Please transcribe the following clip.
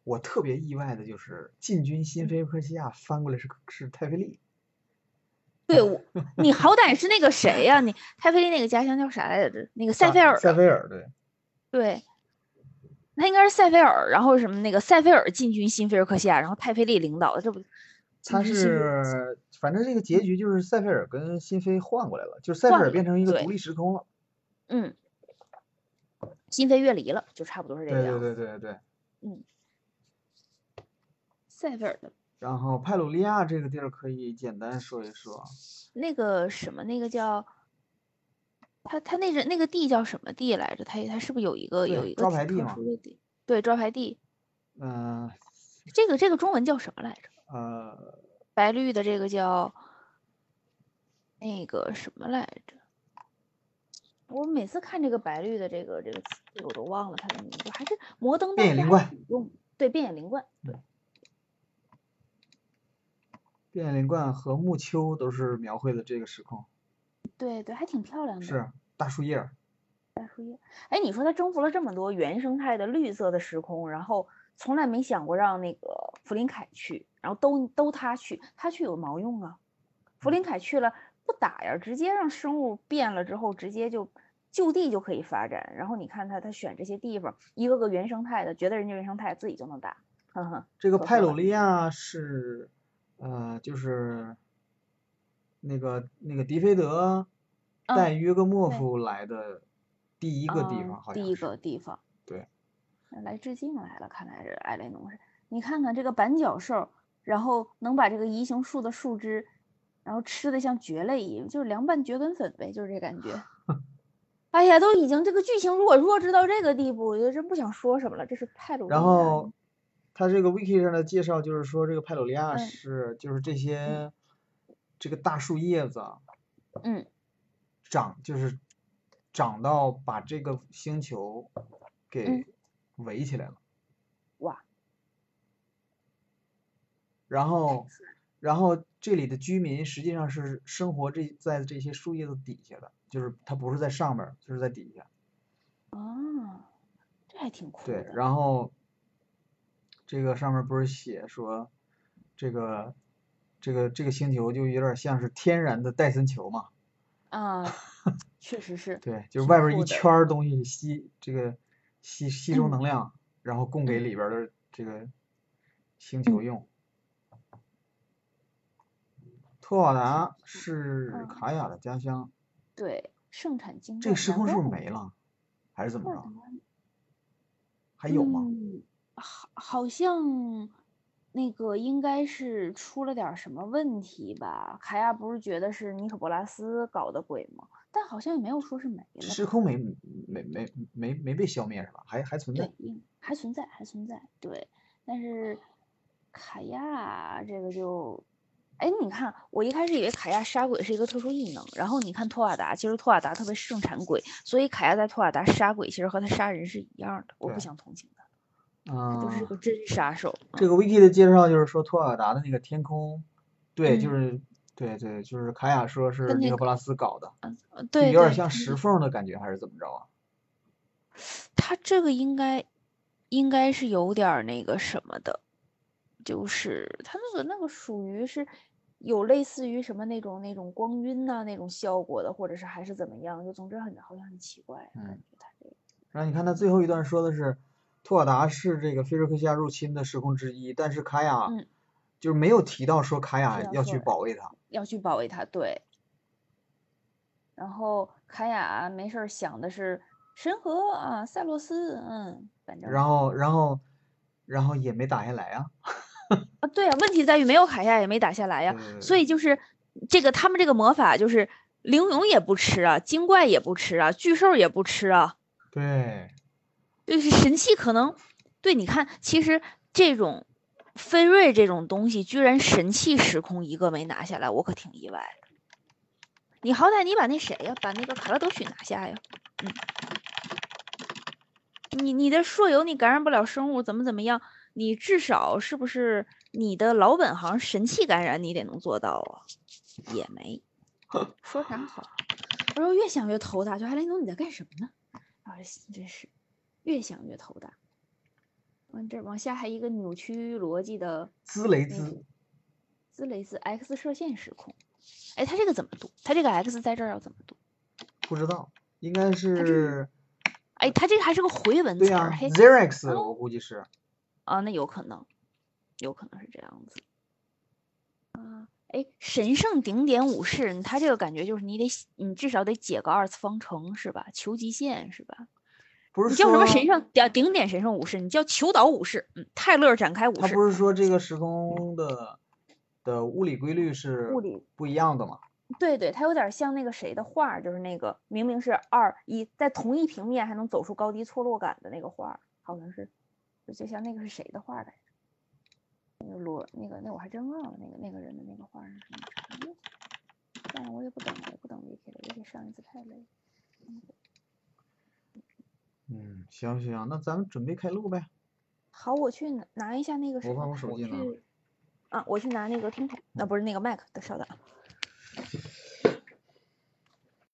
我特别意外的就是进军新菲克西亚翻过来是泰菲利。 对，你好歹是那个谁呀、你泰菲利那个家乡叫啥来着？那个塞菲尔的。 塞菲尔，对。 对，他应该是塞菲尔，然后什么那个塞菲尔进军新菲尔克西亚，然后泰菲利领导的，这不进他军新菲尔克西亚。 反正这个结局就是塞菲尔跟新菲换过来了，就是塞菲换了， 尔变成一个独对， 立时空了。 嗯，新菲越离了，就差不多是这个对对样子。 对对对。 嗯，塞菲尔的然后派鲁利亚这个地儿可以简单说一说。 那个什么，那个叫他那个地叫什么地来着？他是不是有对， 一个挺招牌地嘛。 特殊的地？对，招牌地。 嗯这个中文叫什么来着？ 呃白绿的这个叫那个什么来着？我每次看这个白绿的这个我都忘了它的名字，还是摩登当时还变野灵冠。 挺用。对，变野灵冠。对变野灵冠和木丘都是描绘的这个时空。 对对，还挺漂亮的。 是大树叶。 哎，你说他征服了这么多原生态的绿色的时空，然后从来没想过让那个弗林凯去，然后都他去，他去有毛用啊？弗林凯去了不打呀，直接让生物变了之后，直接就地就可以发展。然后你看他选这些地方，一个个原生态的，觉得人家原生态自己就能打，呵呵， 这个派鲁可说了。 利亚是就是那个迪菲德带嗯， 约格莫对夫来的第一个地方，好第一像是。 个地方对。 来致敬来了，看来是艾雷农是。你看看这个板角兽，然后能把这个移形树的树枝，然后吃的像蕨类一样，就是凉拌蕨根粉呗，就是这感觉。哎呀，都已经这个剧情如果弱智到这个地步，我就真不想说什么了。这是泰鲁利亚。 然后他这个 wiki 上的介绍就是说，这个派鲁利亚嗯就是这嗯些这个大树叶子嗯就是长到把这个星球嗯， 给围起来了。 哇， 然后这里的居民实际上是生活在这些树叶子底下的，就是它不是在上面，就是在底下。 啊，这还挺酷对， 的。 然后这个上面不是写说这个这个星球就有点像是天然的戴森球嘛。 啊，确实是对，就是挺外边一酷的。 圈东西吸收嗯能量，然后供给嗯里边的这个星球嗯， 用。托瓦达挺酷。 是嗯， 卡雅的家乡。 对，盛产金这个冠， 时空是不是难怪很没了，还是怎么着？ 托尔达。 还有吗？ 嗯，好像那个应该是出了点什么问题吧？卡亚不是觉得是尼可波拉斯搞的鬼吗？但好像也没有说是没了吧？ 时空没被消灭是吧？还存在。 对，还存在，还存在。对，但是卡亚这个就，哎，你看，我一开始以为卡亚杀鬼是一个特殊异能，然后你看托瓦达，其实托瓦达特别盛产鬼，所以卡亚在托瓦达杀鬼，其实和他杀人是一样的。我对。 不想同情他。他就是嗯， 个真杀手。 这个 wiki 的介绍就是说托尔达的那个天空，对，就嗯， 是对对，就是卡雅说是尼他那个， 可波拉斯搞的，就对对， 有点像石缝的感觉，还是怎么着啊？ 他这个应该是有点那个什么的，就是他那个属于是有类似于什么那种光晕呐、那种效果的，或者是还是怎么样，就总之好像很奇怪，感嗯。 觉他这个。 然后你看他最后一段说的是，托尔达是这个菲尔克西亚入侵的时空之一，但是卡雅嗯， 就是没有提到说卡雅要去提到索尔保卫他。 要去保卫他，对。然后卡雅没事想的是神河啊，塞洛斯，反正然后也没打下来啊。 啊，对啊，问题在于没有卡亚也没打下来呀，所呃， 以就是这个他们这个魔法就是灵勇也不吃啊，精怪也不吃啊，巨兽也不吃啊， 对。 就是神器可能，对，你看，其实这种飞瑞这种东西，居然神器时空一个没拿下来，我可挺意外的。你好歹你把那谁呀，把那个卡拉德许拿下呀，嗯，你的朔游你感染不了生物，怎么样？你至少是不是你的老本行神器感染你得能做到啊？也没说啥好。我说越想越头大，就艾雷诺你在干什么呢？啊，真是越想越头大。 这往下还一个扭曲逻辑的兹雷那兹， 个兹雷兹 X 射线时空。哎，它这个怎么读？它这个 X 在这儿要怎么读？ 不知道，应该它这是哎，它这个还是个回文词儿， 对呀嘿， ，Xerox 哦我估计是。 啊，那有可能是这样子。哎，神圣顶点武士，它这个感觉就是你至少得解个二次方程是吧？求极限是吧？ 不是你叫什么说神圣顶点神圣武士？你叫求岛武士，泰勒展开武士。 他不是说这个时空的物理规律是物理不一样的吗？ 对对，它有点像那个谁的画，就是那个明明是2、1，在同一平面还能走出高低错落感的那个画，好像是，就像那个是谁的画来着？那我还真忘了那个人的那个画是什么意思。但是我也不等 Wiki 了，Wiki 上一次太累。 行行，那咱们准备开录呗。 好，我去拿一下那个什么， 我把我手机拿。 我去拿那个听筒，不是那个麦克，稍等。